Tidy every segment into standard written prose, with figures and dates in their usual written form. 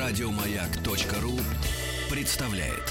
Радиомаяк.ру представляет.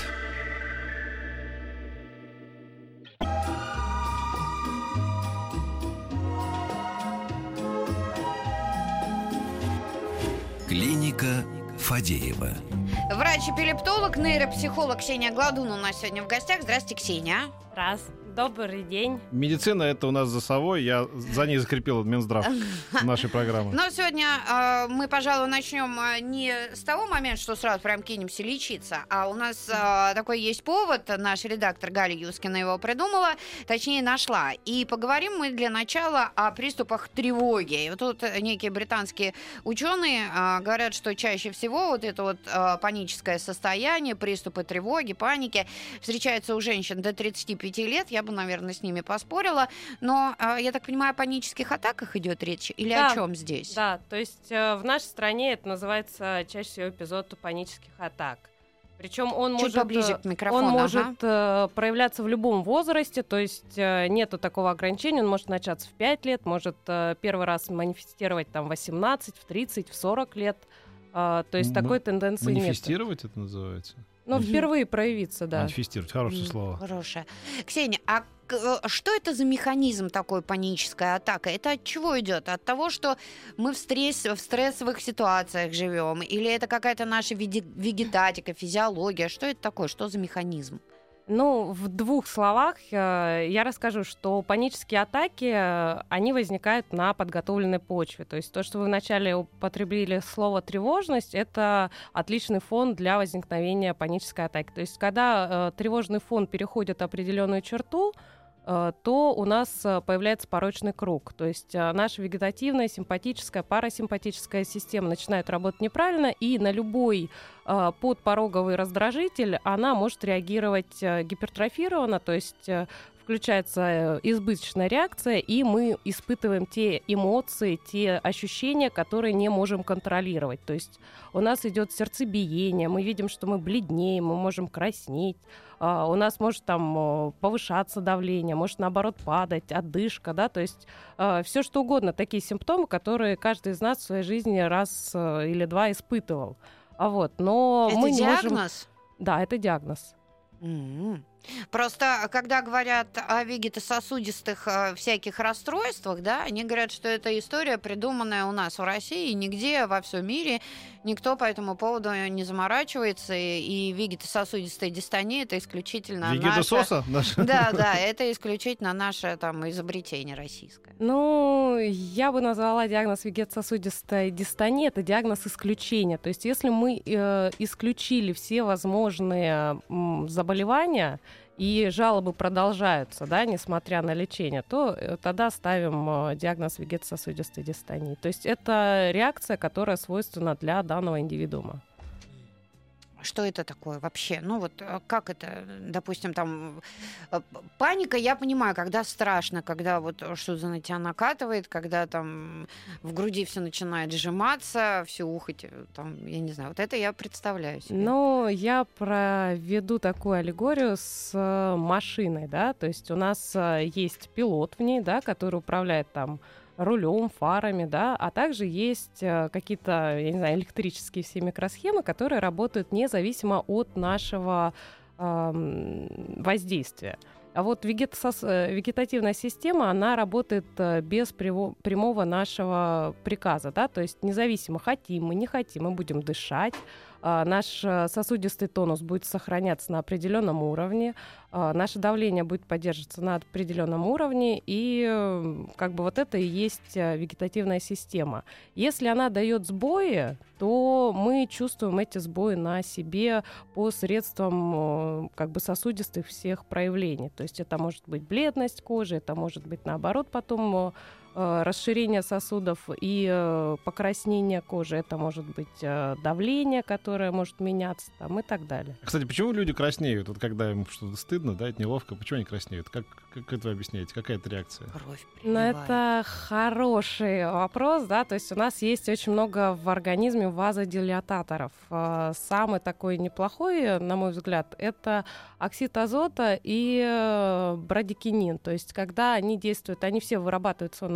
Клиника Фадеева. Врач-эпилептолог, нейропсихолог Ксения Гладун у нас сегодня в гостях. Здравствуйте, Ксения. Добрый день. Медицина — это у нас за совой. Я за ней закрепил Минздрав нашей программы. Но сегодня мы, пожалуй, начнем не с того момента, что сразу прям кинемся лечиться, а у нас такой есть повод. Наш редактор Галя Юскина его придумала, точнее нашла. И поговорим мы для начала о приступах тревоги. И вот тут некие британские ученые говорят, что чаще всего вот это вот паническое состояние, приступы тревоги, паники встречаются у женщин до 35 лет. Я бы, наверное, с ними поспорила. Но, я так понимаю, о панических атаках идет речь? Или о чем здесь? Да, то есть в нашей стране это называется чаще всего эпизод панических атак. Причем он чуть поближе к микрофону, может проявляться в любом возрасте, то есть нету такого ограничения, он может начаться в 5 лет, может первый раз манифестировать там, в 18, в 30, в 40 лет. То есть такой тенденции нет. Манифестировать это называется? Ну, впервые проявиться, да. Манифестировать, хорошее слово. Хорошее. Ксения, а что это за механизм такой панической атаки? Это от чего идет? От того, что мы в стрессовых ситуациях живем? Или это какая-то наша вегетатика, физиология? Что это такое? Что за механизм? Ну, в двух словах я расскажу, что панические атаки, они возникают на подготовленной почве. То есть то, что вы вначале употребили слово «тревожность», это отличный фон для возникновения панической атаки. То есть когда тревожный фон переходит определенную черту, то у нас появляется порочный круг. То есть наша вегетативная, симпатическая, парасимпатическая система начинает работать неправильно, и на любой подпороговый раздражитель она может реагировать гипертрофированно, то есть включается избыточная реакция, и мы испытываем те эмоции, те ощущения, которые не можем контролировать. То есть у нас идет сердцебиение, мы видим, что мы бледнеем, мы можем краснеть, у нас может там повышаться давление, может наоборот падать, одышка, да, то есть все что угодно, такие симптомы, которые каждый из нас в своей жизни раз или два испытывал. Но это мы не диагноз? можем... Да, это диагноз. Просто, когда говорят о вегетососудистых всяких расстройствах, да, они говорят, что это история, придуманная у нас в России, и нигде во всем мире никто по этому поводу не заморачивается, и вегетососудистая дистония — это исключительно Вегетососа? Да, это исключительно наше там изобретение российское. Ну, я бы назвала диагноз вегетососудистой дистонии, это диагноз исключения. То есть если мы исключили все возможные заболевания, и жалобы продолжаются, да, несмотря на лечение, то тогда ставим диагноз вегетососудистой дистонии. То есть это реакция, которая свойственна для данного индивидуума. Что это такое вообще? Ну вот как это, допустим, там паника, я понимаю, когда страшно, когда вот что-то на тебя накатывает, когда там в груди все начинает сжиматься, все ухать, там, я не знаю, вот это я представляю себе. Ну, я проведу такую аллегорию с машиной, да, то есть у нас есть пилот в ней, да, который управляет там рулем, фарами, да, а также есть какие-то, я не знаю, электрические все микросхемы, которые работают независимо от нашего воздействия. А вот вегетативная система, она работает без прямого нашего приказа, да, то есть независимо, хотим мы, не хотим, мы будем дышать, наш сосудистый тонус будет сохраняться на определенном уровне, наше давление будет поддерживаться на определенном уровне, и как бы вот это и есть вегетативная система. Если она дает сбои, то мы чувствуем эти сбои на себе посредством как бы сосудистых всех проявлений. То есть это может быть бледность кожи, это может быть наоборот потом расширение сосудов и покраснение кожи, это может быть давление, которое может меняться там, и так далее. Кстати, почему люди краснеют? Вот когда им что-то стыдно, да, это неловко, почему они краснеют? Как это вы объясняете? Какая это реакция? Кровь Ну, это хороший вопрос, да, то есть у нас есть очень много в организме вазодилататоров. Самый такой неплохой, на мой взгляд, это оксид азота и брадикинин, то есть когда они действуют, они все вырабатываются у нас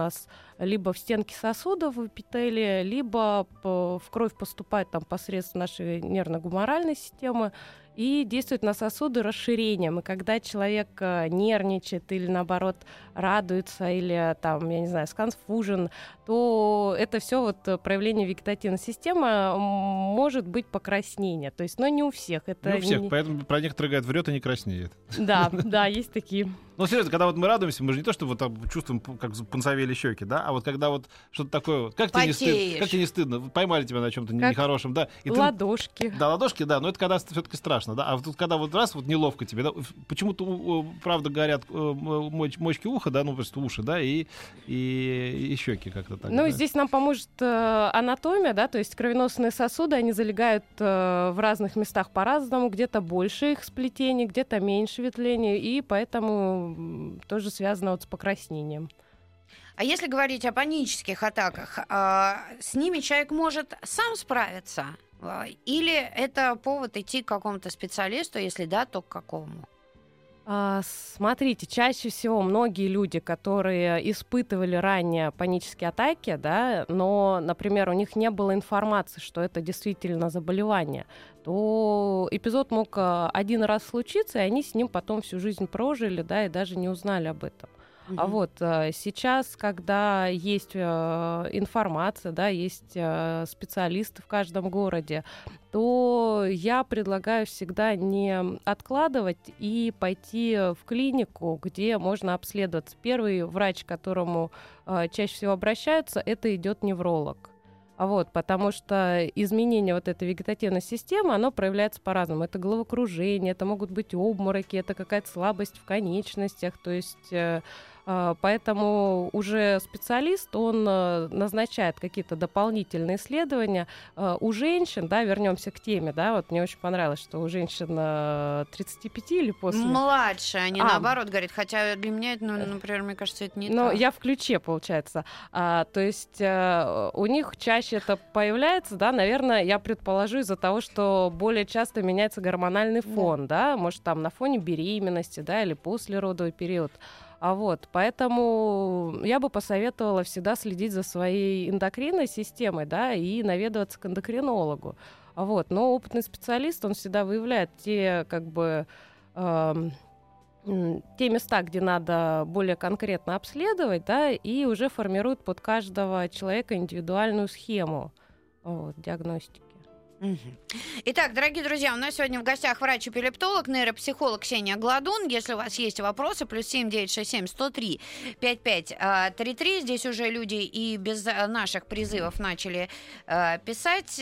нас либо в стенки сосудов в эпителии, либо в кровь поступает там посредством нашей нервно-гуморальной системы и действует на сосуды расширением. И когда человек нервничает или, наоборот, радуется, или, там, я не знаю, сконфужен, то это все вот проявление вегетативной системы, может быть покраснение. То есть, но не у всех. Это не у всех, поэтому про некоторых говорят, врет и не краснеет. Да, есть такие. Ну, серьезно, когда вот мы радуемся, мы же не то, что вот там чувствуем, как пунцовели щеки, да, а вот когда вот что-то такое, вот, как тебе не стыдно, поймали тебя на чем-то нехорошем, да. И ладошки. Да, ладошки, да, но это когда все-таки страшно, да. А вот тут, когда вот раз, вот неловко тебе, да, почему-то, правда, горят мочки уха, да, ну, просто уши, да, и щеки как-то так. Ну, да? Здесь нам поможет анатомия, да, то есть кровеносные сосуды, они залегают в разных местах по-разному, где-то больше их сплетений, где-то меньше ветвлений, и поэтому тоже связано вот с покраснением. А если говорить о панических атаках, с ними человек может сам справиться? Или это повод идти к какому-то специалисту? Если да, то к какому? Смотрите, чаще всего многие люди, которые испытывали ранее панические атаки, да, но, например, у них не было информации, что это действительно заболевание, то эпизод мог один раз случиться, и они с ним потом всю жизнь прожили, да, и даже не узнали об этом. А вот сейчас, когда есть информация, да, есть специалисты в каждом городе, то я предлагаю всегда не откладывать и пойти в клинику, где можно обследоваться. Первый врач, к которому чаще всего обращаются, это идет невролог. Потому что изменение вот этой вегетативной системы, оно проявляется по-разному. Это головокружение, это могут быть обмороки, это какая-то слабость в конечностях, то есть... Поэтому уже специалист, он назначает какие-то дополнительные исследования. У женщин, да, вернемся к теме, да, вот мне очень понравилось, что у женщин 35 или после... Младше, они наоборот говорят, хотя для меня это, например, мне кажется, это не так. Ну, я в ключе, получается. То есть у них чаще это появляется, да, наверное, я предположу из-за того, что более часто меняется гормональный фон, да, может, там на фоне беременности, да, или послеродовый период. Поэтому я бы посоветовала всегда следить за своей эндокринной системой, да, и наведываться к эндокринологу. Но опытный специалист, он всегда выявляет те места, где надо более конкретно обследовать, да, и уже формирует под каждого человека индивидуальную схему диагностики. Итак, дорогие друзья, у нас сегодня в гостях врач-эпилептолог, нейропсихолог Ксения Гладун. Если у вас есть вопросы, +7 967 103 5533. Здесь уже люди и без наших призывов начали писать.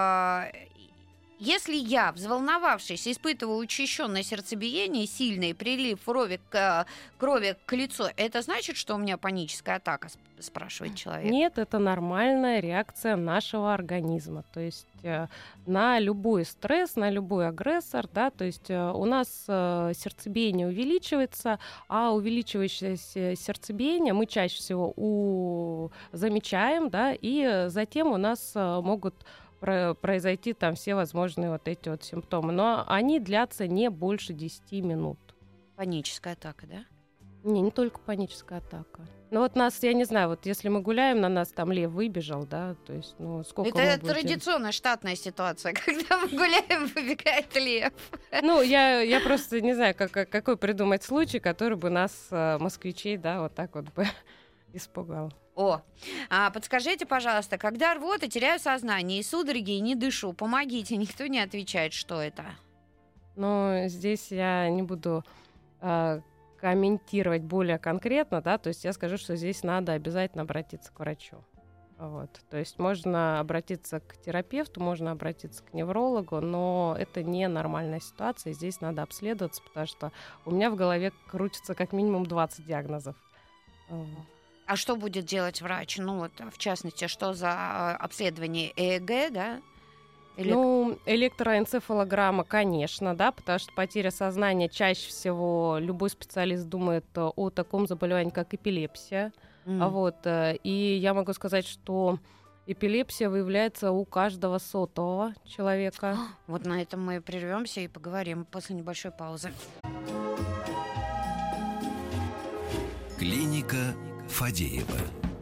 Если я, взволновавшись, испытываю учащенное сердцебиение, сильный прилив крови к лицу, это значит, что у меня паническая атака, спрашивает человек? Нет, это нормальная реакция нашего организма. То есть на любой стресс, на любой агрессор, да, то есть у нас сердцебиение увеличивается, а увеличивающееся сердцебиение мы чаще всего замечаем, да, и затем у нас могут произойти там все возможные вот эти вот симптомы. Но они длятся не больше 10 минут. Паническая атака, да? Не только паническая атака. Ну вот нас, я не знаю, вот если мы гуляем, на нас там лев выбежал, да, то есть, сколько... Это традиционная штатная ситуация, когда мы гуляем, выбегает лев. Ну, я просто не знаю, какой придумать случай, который бы нас, москвичей, да, вот так вот бы испугал. Подскажите, пожалуйста, когда рвота, теряю сознание, и судороги, и не дышу, помогите, никто не отвечает, что это? Ну, здесь я не буду комментировать более конкретно, да, то есть я скажу, что здесь надо обязательно обратиться к врачу. То есть можно обратиться к терапевту, можно обратиться к неврологу, но это не нормальная ситуация, здесь надо обследоваться, потому что у меня в голове крутится как минимум 20 диагнозов. А что будет делать врач? В частности, что за обследование ЭЭГ, да? Электроэнцефалограмма, конечно, да, потому что потеря сознания чаще всего любой специалист думает о таком заболевании, как эпилепсия. И я могу сказать, что эпилепсия выявляется у каждого 100-го человека. Вот на этом мы прервемся и поговорим после небольшой паузы. Клиника Фадеева.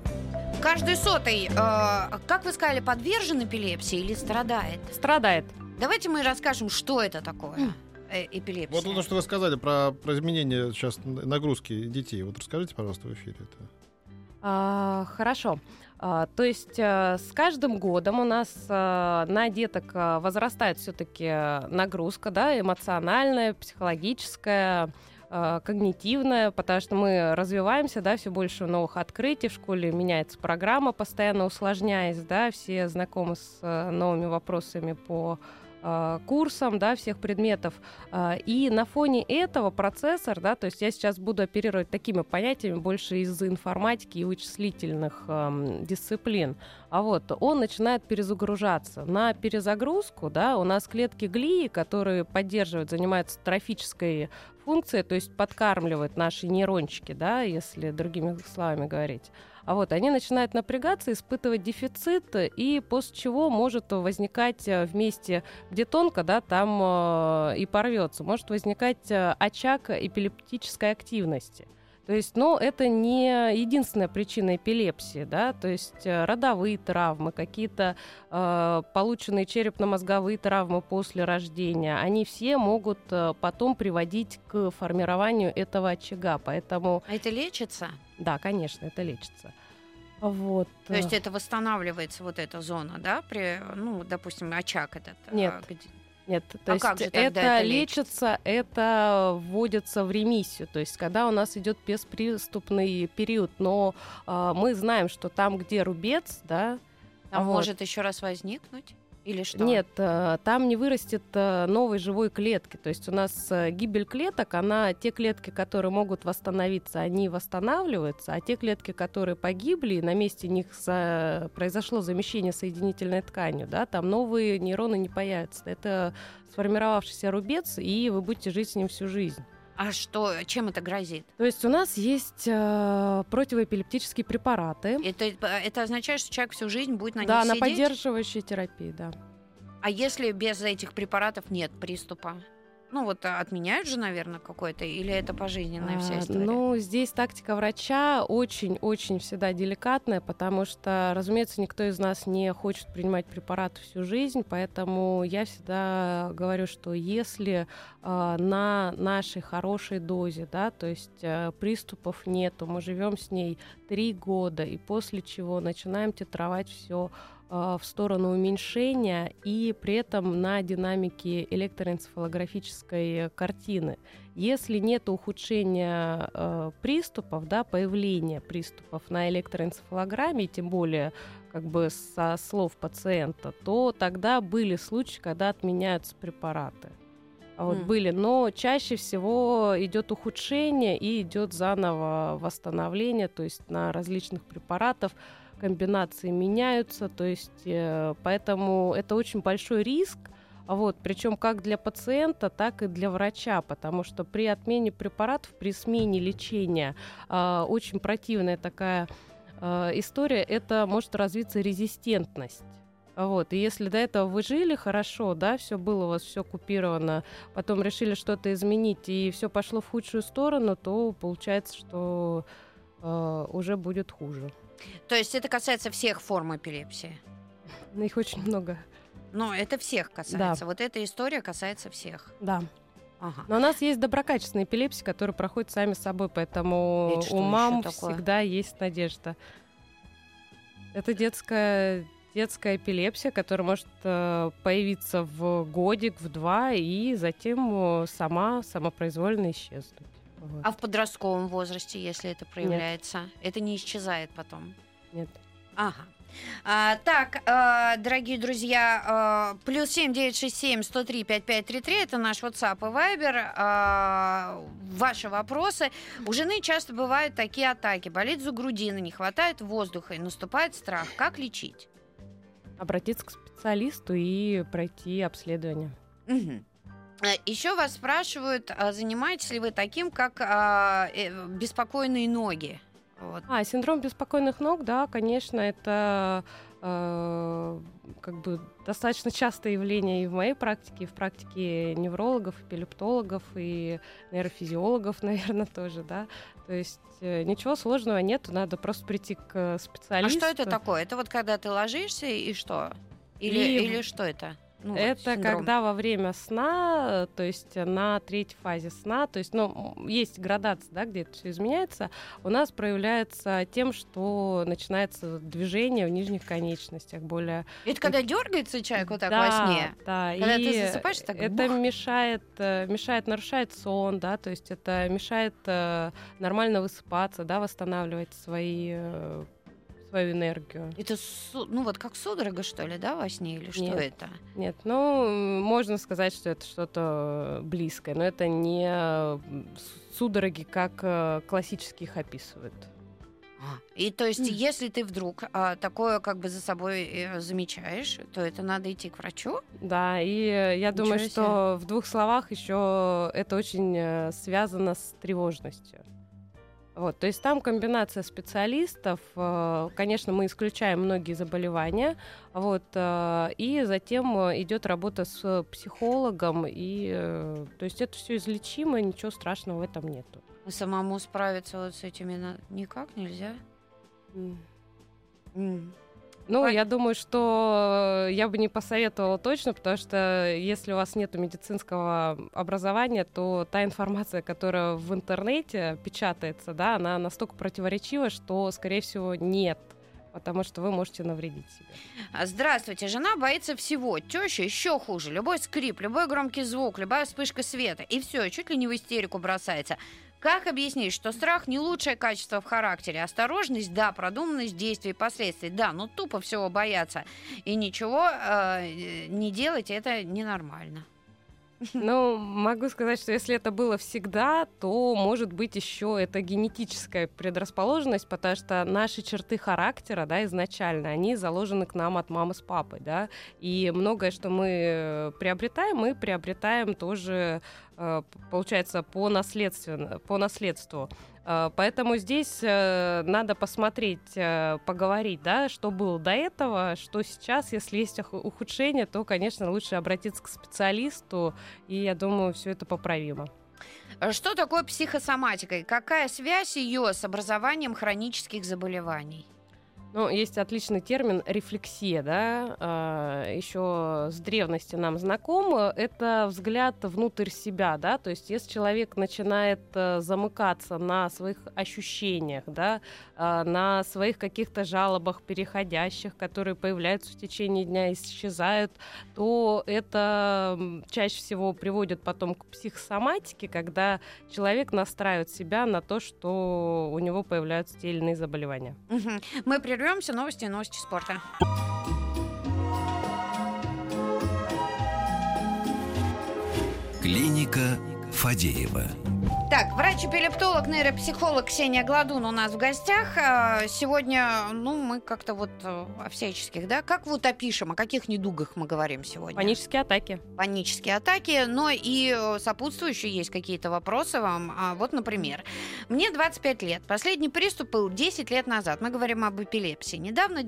каждый сотый, как вы сказали, подвержен эпилепсии или страдает? Страдает. Давайте мы расскажем, что это такое эпилепсия. Вот то, что вы сказали про изменение сейчас нагрузки детей. Вот расскажите, пожалуйста, в эфире это. Хорошо. То есть с каждым годом у нас на деток возрастает все-таки нагрузка, да, эмоциональная, психологическая, когнитивная, потому что мы развиваемся, да, все больше новых открытий, в школе меняется программа, постоянно усложняясь, да, все знакомы с новыми вопросами по курсам, да, всех предметов. И на фоне этого процессор, да, то есть я сейчас буду оперировать такими понятиями больше из информатики и вычислительных дисциплин, он начинает перезагружаться. На перезагрузку, да, у нас клетки глии, которые поддерживают, занимаются трофической функцией, то есть подкармливают наши нейрончики, да, если другими словами говорить. Они начинают напрягаться, испытывать дефицит, и после чего может возникать в месте, где тонко, да, там и порвется, может возникать очаг эпилептической активности. То есть, это не единственная причина эпилепсии, да, то есть родовые травмы, какие-то полученные черепно-мозговые травмы после рождения, они все могут потом приводить к формированию этого очага, поэтому... А это лечится? Да, конечно, это лечится. То есть это восстанавливается вот эта зона, да, допустим, очаг этот? Нет, то есть это лечится, это вводится в ремиссию, то есть когда у нас идет бесприступный период, но мы знаем, что там, где рубец, да, там может еще раз возникнуть? Или что? Нет, там не вырастет новой живой клетки. То есть у нас гибель клеток, те клетки, которые могут восстановиться, они восстанавливаются, а те клетки, которые погибли, на месте них произошло замещение соединительной тканью, да, там новые нейроны не появятся. Это сформировавшийся рубец, и вы будете жить с ним всю жизнь. А чем это грозит? То есть у нас есть противоэпилептические препараты. Это означает, что человек всю жизнь будет на них сидеть? сидеть? Да, на поддерживающей терапии, да. А если без этих препаратов нет приступа? Отменяют же, наверное, какой-то, или это пожизненная вся история? Здесь тактика врача очень-очень всегда деликатная, потому что, разумеется, никто из нас не хочет принимать препараты всю жизнь, поэтому я всегда говорю, что если на нашей хорошей дозе, да, то есть приступов нету, мы живем с ней 3 года, и после чего начинаем титровать все в сторону уменьшения и при этом на динамике электроэнцефалографической картины. Если нет ухудшения приступов, да, появления приступов на электроэнцефалограмме, тем более со слов пациента, то тогда были случаи, когда отменяются препараты. Были, но чаще всего идет ухудшение и идет заново восстановление, то есть на различных препаратах комбинации меняются, то есть поэтому это очень большой риск, причем как для пациента, так и для врача, потому что при отмене препаратов, при смене лечения очень противная такая история, это может развиться резистентность. И если до этого вы жили хорошо, да, все было у вас, все купировано, потом решили что-то изменить, и все пошло в худшую сторону, то получается, что уже будет хуже. То есть это касается всех форм эпилепсии? Их очень много. Но это всех касается. Да. Эта история касается всех. Да. Ага. Но у нас есть доброкачественные эпилепсии, которые проходят сами собой, поэтому у мам всегда есть надежда. Это детская эпилепсия, которая может появиться в годик, в 2, и затем самопроизвольно исчезнуть. А в подростковом возрасте, если это проявляется, это не исчезает потом? Нет. Ага. Дорогие друзья, +7 967 103 5533 это наш WhatsApp и Viber. Ваши вопросы. У жены часто бывают такие атаки. Болит за грудиной, не хватает воздуха и наступает страх. Как лечить? Обратиться к специалисту и пройти обследование. Угу. Еще вас спрашивают, занимаетесь ли вы таким, как беспокойные ноги? Вот. Синдром беспокойных ног, да, конечно, это как бы достаточно частое явление и в моей практике, и в практике неврологов, эпилептологов, и нейрофизиологов, наверное, тоже, да. То есть ничего сложного нет, надо просто прийти к специалисту. А что это такое? Это вот когда ты ложишься и что? Или что это? Это синдром. когда во время сна, то есть на третьей фазе сна, то есть, есть градация, да, где это все изменяется, у нас проявляется тем, что начинается движение в нижних конечностях более. Это когда дергается человек вот так да, во сне? Да, Когда и ты засыпаешь, так это мешает, нарушает сон, да, то есть это мешает нормально высыпаться, да, восстанавливать свою энергию. Это как судорога, что ли, да, во сне, или что это? Нет, можно сказать, что это что-то близкое, но это не судороги, как классически их описывают. И то есть, если ты вдруг такое как бы за собой замечаешь, то это надо идти к врачу? Да, и я думаю, себе. что в двух словах еще это очень связано с тревожностью. Вот, то есть там комбинация специалистов, конечно, мы исключаем многие заболевания, вот, и затем идет работа с психологом, и то есть это все излечимо, ничего страшного в этом нету. Самому справиться вот с этими никак нельзя? Я думаю, что я бы не посоветовала точно, потому что если у вас нет медицинского образования, то та информация, которая в интернете печатается, да, она настолько противоречива, что, скорее всего, нет, потому что вы можете навредить себе. Здравствуйте. Жена боится всего. Теща еще хуже. Любой скрип, любой громкий звук, любая вспышка света. И все, чуть ли не в истерику бросается. Как объяснить, что страх не лучшее качество в характере? Осторожность, да, продуманность действий и последствий, да, но тупо всего бояться и ничего не делать, это ненормально. Могу сказать, что если это было всегда, то, может быть, еще это генетическая предрасположенность, потому что наши черты характера, да, изначально, они заложены к нам от мамы с папой, да, и многое, что мы приобретаем тоже, получается, по наследству. Поэтому здесь надо посмотреть, поговорить, да, что было до этого, что сейчас. Если есть ухудшение, то, конечно, лучше обратиться к специалисту, и я думаю, все это поправимо. Что такое психосоматика и какая связь ее с образованием хронических заболеваний? Есть отличный термин рефлексия, да, еще с древности нам знаком. Это взгляд внутрь себя, да, то есть если человек начинает замыкаться на своих ощущениях, да, на своих каких-то жалобах переходящих, которые появляются в течение дня и исчезают, то это чаще всего приводит потом к психосоматике, когда человек настраивает себя на то, что у него появляются те или иные заболевания. Мы прервемся. Новости спорта. Клиника Фадеева. Так, врач-эпилептолог, нейропсихолог Ксения Гладун у нас в гостях. Сегодня, мы как-то о всяческих, да? Как опишем, о каких недугах мы говорим сегодня? Панические атаки. Панические атаки, но и сопутствующие есть какие-то вопросы вам. Например, мне 25 лет. Последний приступ был 10 лет назад. Мы говорим об эпилепсии. Недавно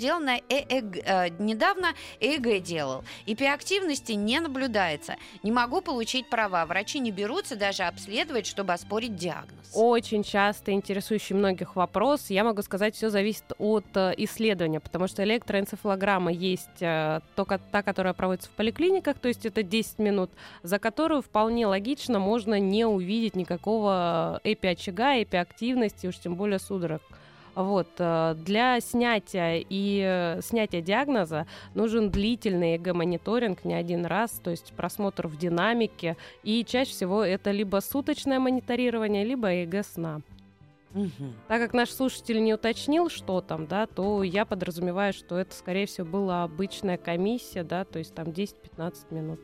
ЭЭГ делал. Эпиактивности не наблюдается. Не могу получить права. Врачи не берутся даже обследовать, чтобы оспорить диагноз. Очень часто интересующий многих вопрос. Я могу сказать, все зависит от исследования, потому что электроэнцефалограмма есть только та, которая проводится в поликлиниках, то есть это 10 минут, за которую вполне логично можно не увидеть никакого эпиочага, эпиактивности, уж тем более судорог. Для снятия диагноза нужен длительный ЭГ-мониторинг не один раз, то есть просмотр в динамике, и чаще всего это либо суточное мониторирование, либо ЭГ сна. Так как наш слушатель не уточнил, что там, да, то я подразумеваю, что это, скорее всего, была обычная комиссия, да, то есть там 10-15 минут.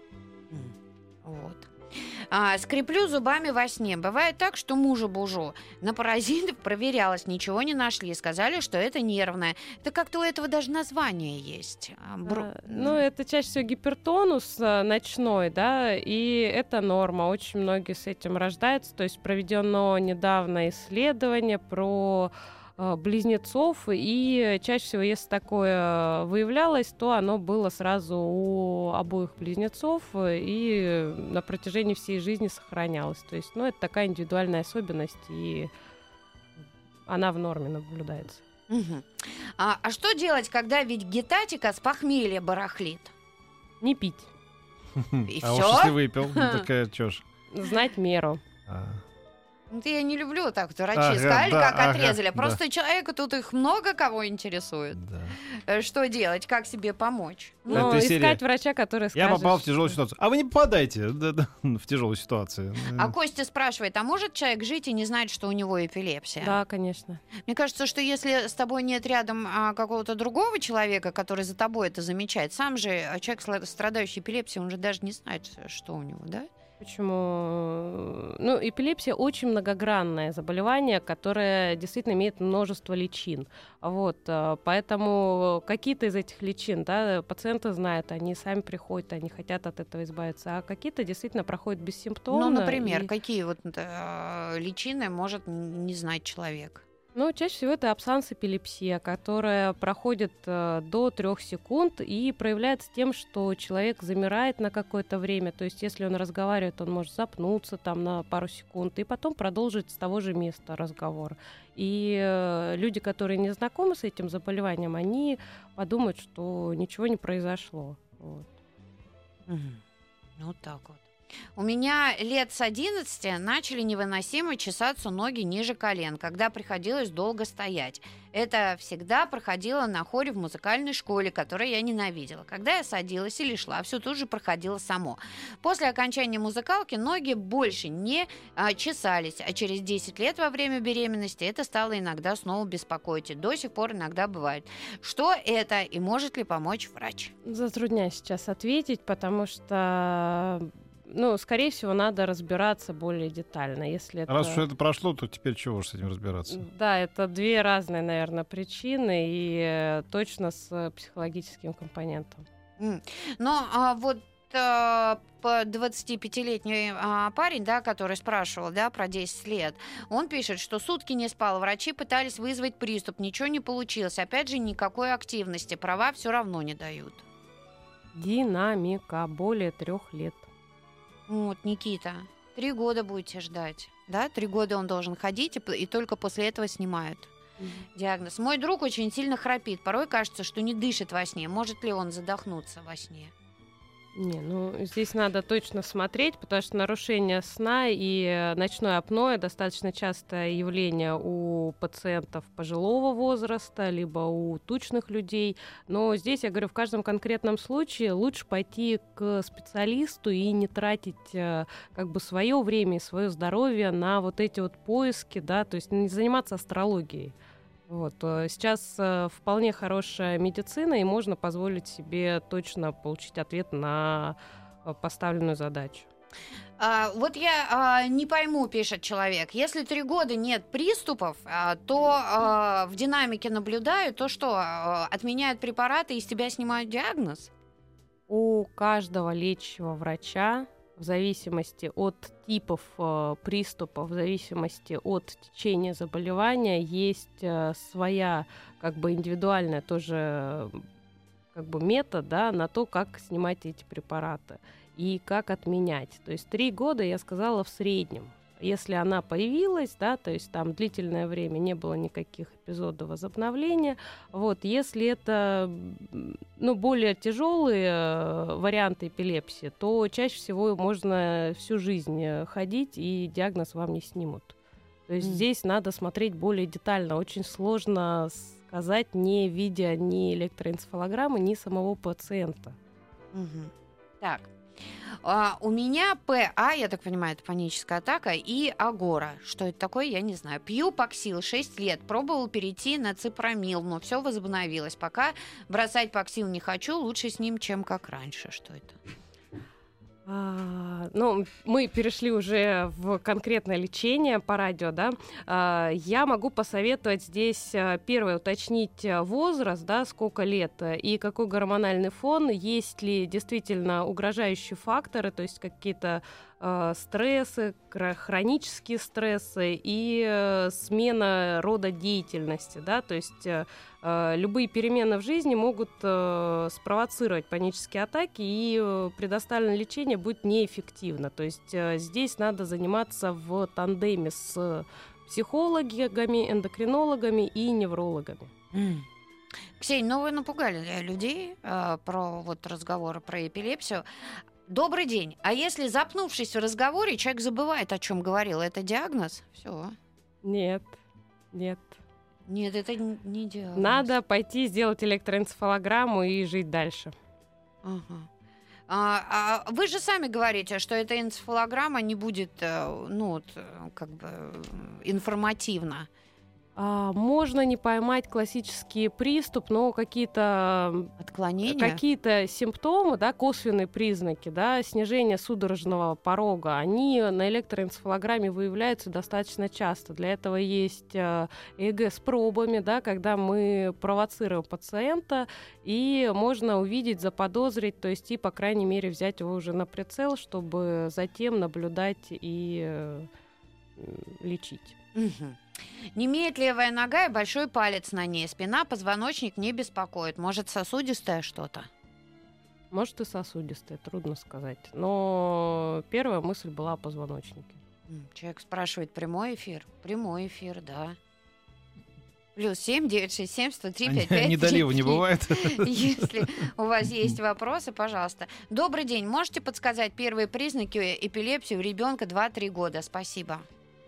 Скреплю зубами во сне. Бывает так, что мужа бужу. На паразитов проверялась, ничего не нашли. Сказали, что это нервное. Это как-то у этого даже название есть. Это чаще всего гипертонус ночной, да, и это норма. Очень многие с этим рождаются. То есть проведено недавно исследование про близнецов, и чаще всего, если такое выявлялось, то оно было сразу у обоих близнецов и на протяжении всей жизни сохранялось. То есть, это такая индивидуальная особенность, и она в норме наблюдается. Угу. А что делать, когда вегетатика с похмелья барахлит? Не пить. И А уж всё? если выпил, такая чё ж. Знать меру. Я не люблю так, врачи Ага, сказали, да, как ага, отрезали. да. Просто человека тут их много кого интересует. Да. Что делать, как себе помочь? Но этой искать серии врача, который скажет... Я попал в тяжелую что- ситуацию. А вы не попадаете в тяжелую ситуацию. А Костя спрашивает, а может человек жить и не знать, что у него эпилепсия? Да, конечно. Мне кажется, что если с тобой нет рядом какого-то другого человека, который за тобой это замечает, сам же человек, страдающий эпилепсией, он же даже не знает, что у него, да? Почему? Эпилепсия очень многогранное заболевание, которое действительно имеет множество личин. Поэтому какие-то из этих личин, да, пациенты знают, они сами приходят, они хотят от этого избавиться, а какие-то действительно проходят бессимптомно. Например, какие личины может не знать человек? Чаще всего это абсанс-эпилепсия, которая проходит до 3 секунд и проявляется тем, что человек замирает на какое-то время. То есть, если он разговаривает, он может запнуться там на пару секунд и потом продолжить с того же места разговор. И люди, которые не знакомы с этим заболеванием, они подумают, что ничего не произошло. Так вот. У меня лет с 11 начали невыносимо чесаться ноги ниже колен, когда приходилось долго стоять. Это всегда проходило на хоре в музыкальной школе, которую я ненавидела. Когда я садилась или шла, все тут же проходило само. После окончания музыкалки ноги больше не чесались, а через 10 лет во время беременности это стало иногда снова беспокоить. И до сих пор иногда бывает. Что это и может ли помочь врач? Затрудняюсь сейчас ответить, потому что... скорее всего, надо разбираться более детально. Если Раз уж это прошло, то теперь чего уж с этим разбираться? Да, это две разные, наверное, причины и точно с психологическим компонентом. По 25-летний парень, да, который спрашивал, да, про 10 лет, он пишет, что сутки не спал, врачи пытались вызвать приступ, ничего не получилось, опять же, никакой активности, права все равно не дают. Динамика более 3 лет. Никита, 3 года будете ждать, да, 3 года он должен ходить, и только после этого снимают диагноз. Мой друг очень сильно храпит, порой кажется, что не дышит во сне, может ли он задохнуться во сне? Здесь надо точно смотреть, потому что нарушение сна и ночное апноэ достаточно частое явление у пациентов пожилого возраста, либо у тучных людей. Но здесь, я говорю, в каждом конкретном случае лучше пойти к специалисту и не тратить свое время и свое здоровье на вот эти вот поиски, да, то есть не заниматься астрологией. Сейчас вполне хорошая медицина, и можно позволить себе точно получить ответ на поставленную задачу. Я не пойму, пишет человек, если 3 года нет приступов, то в динамике наблюдаю, то что, отменяют препараты и с тебя снимают диагноз? У каждого лечащего врача в зависимости от типов приступов, в зависимости от течения заболевания, есть своя индивидуальная тоже метод, да, на то, как снимать эти препараты и как отменять. То есть 3 года, я сказала, в среднем. Если она появилась, да, то есть там длительное время не было никаких эпизодов возобновления, если это более тяжелые варианты эпилепсии, то чаще всего можно всю жизнь ходить, и диагноз вам не снимут. То есть здесь надо смотреть более детально. Очень сложно сказать, не видя ни электроэнцефалограммы, ни самого пациента. Так. У меня ПА, я так понимаю, это паническая атака, и агора. Что это такое, я не знаю. Пью паксил 6 лет, пробовал перейти на ципромил, но все возобновилось. Пока бросать паксил не хочу, лучше с ним, чем как раньше. Что это? Мы перешли уже в конкретное лечение по радио, да. Я могу посоветовать здесь, первое, уточнить возраст, да, сколько лет и какой гормональный фон, есть ли действительно угрожающие факторы, то есть какие-то стрессы, хронические стрессы и смена рода деятельности, да, то есть любые перемены в жизни могут спровоцировать панические атаки, и предоставленное лечение будет неэффективно. То есть здесь надо заниматься в тандеме с психологами, эндокринологами и неврологами. Ксения, ну вы напугали людей про разговоры про эпилепсию. Добрый день. А если, запнувшись в разговоре, человек забывает, о чем говорил, это диагноз? Все. Нет. Нет, это не диагноз. Надо пойти сделать электроэнцефалограмму и жить дальше. Ага. Вы же сами говорите, что эта энцефалограмма не будет, информативна. Можно не поймать классический приступ, но какие-то отклонения, какие-то симптомы, да, косвенные признаки, да, снижение судорожного порога, они на электроэнцефалограмме выявляются достаточно часто. Для этого есть ЭЭГ с пробами, да, когда мы провоцируем пациента, и можно увидеть, заподозрить, то есть и, по крайней мере, взять его уже на прицел, чтобы затем наблюдать и лечить. Угу. Немеет левая нога и большой палец на ней. Спина, позвоночник не беспокоит. Может, сосудистое что-то? Может, и сосудистое, трудно сказать. Но первая мысль была о позвоночнике. Человек спрашивает, прямой эфир? Прямой эфир, да. +7 967 103 55. Недолива не бывает. Если у вас есть вопросы, пожалуйста. Добрый день. Можете подсказать первые признаки эпилепсии у ребенка 2-3 года? Спасибо.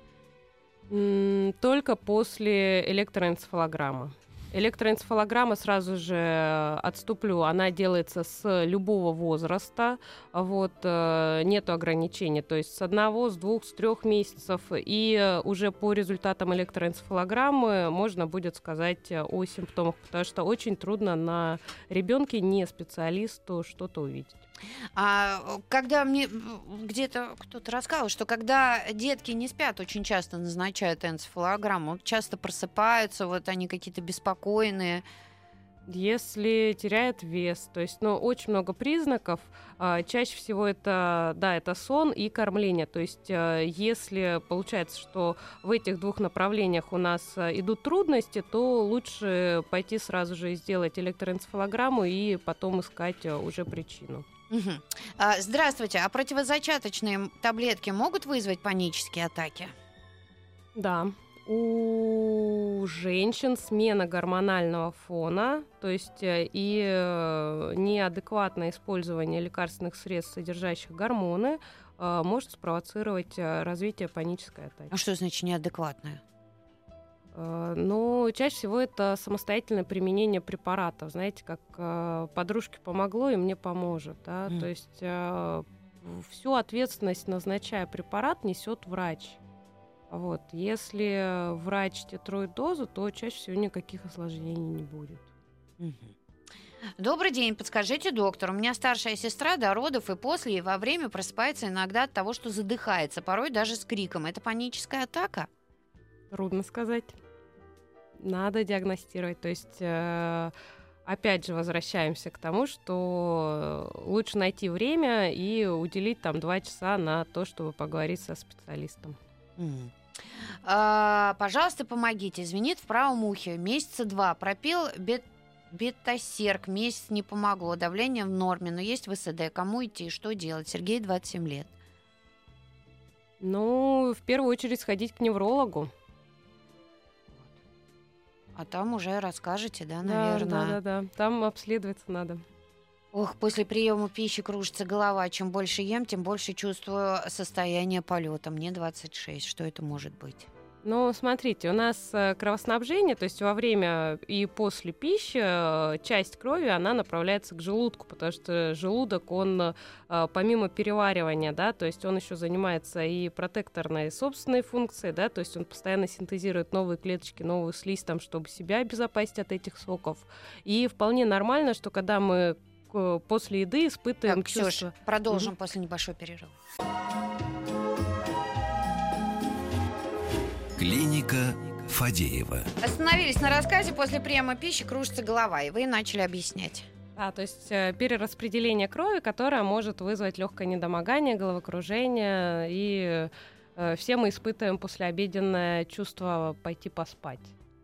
Только после электроэнцефалограммы. Электроэнцефалограмма, сразу же отступлю, она делается с любого возраста, нету ограничений, то есть с 1, с 2, с 3 месяцев, и уже по результатам электроэнцефалограммы можно будет сказать о симптомах, потому что очень трудно на ребенке, не специалисту, что-то увидеть. Когда мне где-то кто-то рассказывал, что когда детки не спят, очень часто назначают энцефалограмму, часто просыпаются, они какие-то беспокойные. Если теряет вес, то есть, очень много признаков. Чаще всего это сон и кормление. То есть, если получается, что в этих двух направлениях у нас идут трудности, то лучше пойти сразу же и сделать электроэнцефалограмму и потом искать уже причину. Угу. Здравствуйте. А противозачаточные таблетки могут вызвать панические атаки? Да. У женщин смена гормонального фона, то есть и неадекватное использование лекарственных средств, содержащих гормоны, может спровоцировать развитие панической атаки. А что значит неадекватное? Чаще всего это самостоятельное применение препаратов. Знаете, как подружке помогло, и мне поможет. Да? То есть всю ответственность, назначая препарат, несет врач. Если врач титрует дозу, то чаще всего никаких осложнений не будет. Добрый день, подскажите, доктор, у меня старшая сестра до родов и после, и во время просыпается иногда от того, что задыхается, порой даже с криком. Это паническая атака? Трудно сказать. Надо диагностировать. То есть, опять же, возвращаемся к тому, что лучше найти время и уделить 2 часа на то, чтобы поговорить со специалистом. Пожалуйста, помогите. Звенит в правом ухе. Месяца 2. Пропил бетасерк. Месяц не помогло. Давление в норме, но есть ВСД. Кому идти? Что делать? Сергей, 27 лет. В первую очередь сходить к неврологу. А там уже расскажете, да, наверное? Да. Там обследоваться надо. После приема пищи кружится голова. Чем больше ем, тем больше чувствую состояние полета. Мне 26. Что это может быть? Смотрите, у нас кровоснабжение, то есть во время и после пищи часть крови, она направляется к желудку, потому что желудок, он помимо переваривания, да, то есть он еще занимается и протекторной собственной функцией, да, то есть он постоянно синтезирует новые клеточки, новую слизь, чтобы себя обезопасить от этих соков. И вполне нормально, что когда мы после еды испытываем чувство... Ксюш, продолжим после небольшого перерыва. Клиника Фадеева. Остановились на рассказе. После приема пищи кружится голова, и вы начали объяснять. То есть перераспределение крови, которое может вызвать легкое недомогание, головокружение, и все мы испытываем послеобеденное чувство пойти поспать.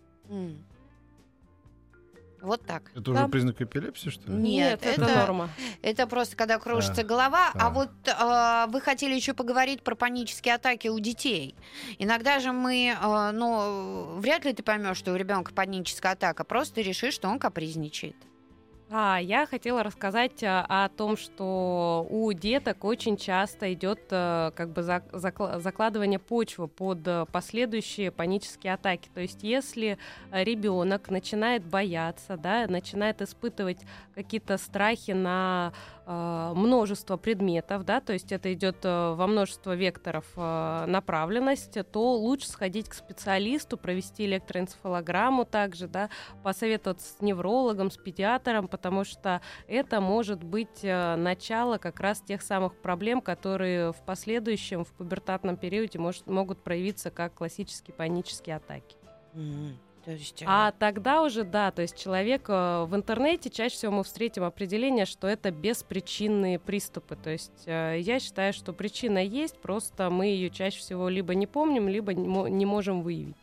Вот так. Это уже признак эпилепсии, что ли? Нет, это норма. Это просто когда кружится голова. А вот вы хотели еще поговорить про панические атаки у детей. Иногда же мы, вряд ли ты поймешь, что у ребенка паническая атака, просто решишь, что он капризничает. Я хотела рассказать о том, что у деток очень часто идет закладывание почвы под последующие панические атаки. То есть если ребенок начинает бояться, начинает испытывать какие-то страхи на множество предметов, то есть это идет во множество векторов направленность, то лучше сходить к специалисту, провести электроэнцефалограмму также, посоветоваться с неврологом, с педиатром, потому что это может быть начало как раз тех самых проблем, которые в последующем, в пубертатном периоде могут проявиться как классические панические атаки. То есть, тогда уже, то есть человек в интернете, чаще всего мы встретим определение, что это беспричинные приступы. То есть я считаю, что причина есть, просто мы ее чаще всего либо не помним, либо не можем выявить.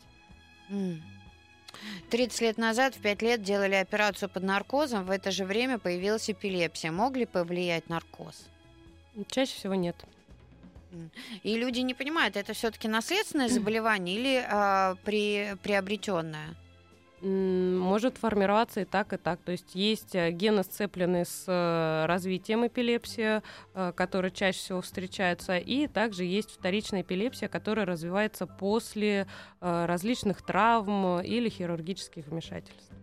30 лет назад, в 5 лет делали операцию под наркозом, в это же время появилась эпилепсия. Мог ли повлиять наркоз? Чаще всего нет. И люди не понимают, это все-таки наследственное заболевание или приобретенное? Может формироваться и так, и так. То есть есть гены, сцепленные с развитием эпилепсии, которые чаще всего встречаются, и также есть вторичная эпилепсия, которая развивается после различных травм или хирургических вмешательств.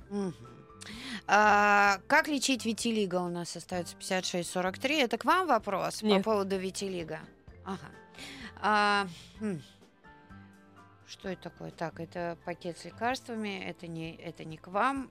Как лечить витилиго? У нас остается 56-43. Это к вам вопрос? Нет. По поводу витилиго? Ага. Что это такое? Так, это пакет с лекарствами, это не к вам.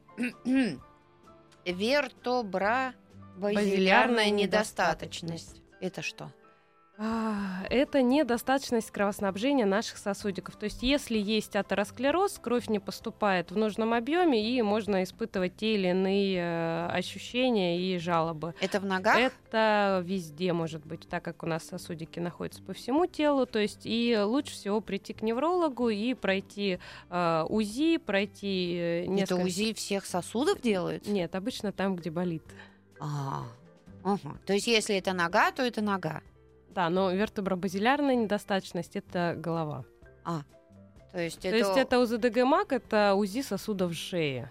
Вертобразилярная недостаточность. Это что? Это недостаточность кровоснабжения наших сосудиков. То есть если есть атеросклероз, кровь не поступает в нужном объеме, и можно испытывать те или иные ощущения и жалобы. Это в ногах? Это везде может быть, так как у нас сосудики находятся по всему телу. То есть и лучше всего прийти к неврологу и пройти УЗИ, пройти несколько... Это УЗИ всех сосудов делают? Нет, обычно там, где болит. То есть если это нога, то это нога? Да, но вертобразилярная недостаточность — это голова. То есть это УЗДГ-МАК, это УЗИ сосудов шеи.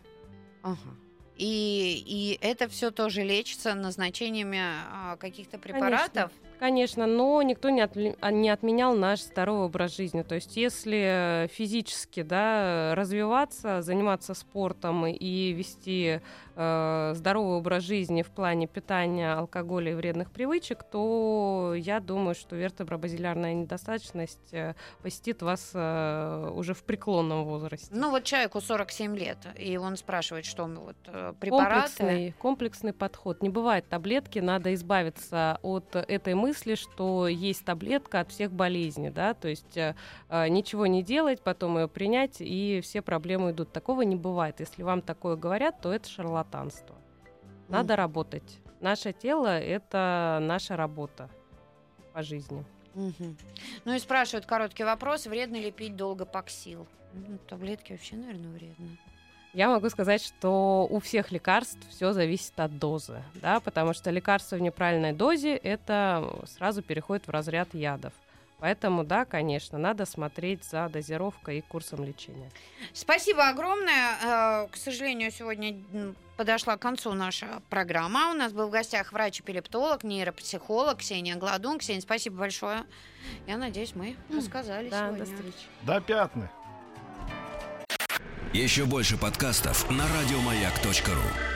И это все тоже лечится назначениями каких-то препаратов? Конечно, но никто не отменял наш здоровый образ жизни. То есть если физически развиваться, заниматься спортом и вести здоровый образ жизни в плане питания, алкоголя и вредных привычек, то я думаю, что вертобразилярная недостаточность посетит вас уже в преклонном возрасте. Ну вот человеку 47 лет, и он спрашивает, что препараты... Комплексный подход. Не бывает таблетки, надо избавиться от этой мысли, что есть таблетка от всех болезней, то есть ничего не делать, потом ее принять, и все проблемы идут. Такого не бывает. Если вам такое говорят, то это шарлатанство. Надо работать. Наше тело — это наша работа по жизни. Ну и спрашивают короткий вопрос: вредно ли пить долго паксил? Таблетки вообще, наверное, вредно. Я могу сказать, что у всех лекарств все зависит от дозы, потому что лекарство в неправильной дозе это сразу переходит в разряд ядов. Поэтому, конечно, надо смотреть за дозировкой и курсом лечения. Спасибо огромное. К сожалению, сегодня подошла к концу наша программа. У нас был в гостях врач-эпилептолог, нейропсихолог Ксения Гладун. Ксения, спасибо большое. Я надеюсь, мы рассказали сегодня. До встречи. До пятны. Еще больше подкастов на радиомаяк.ру.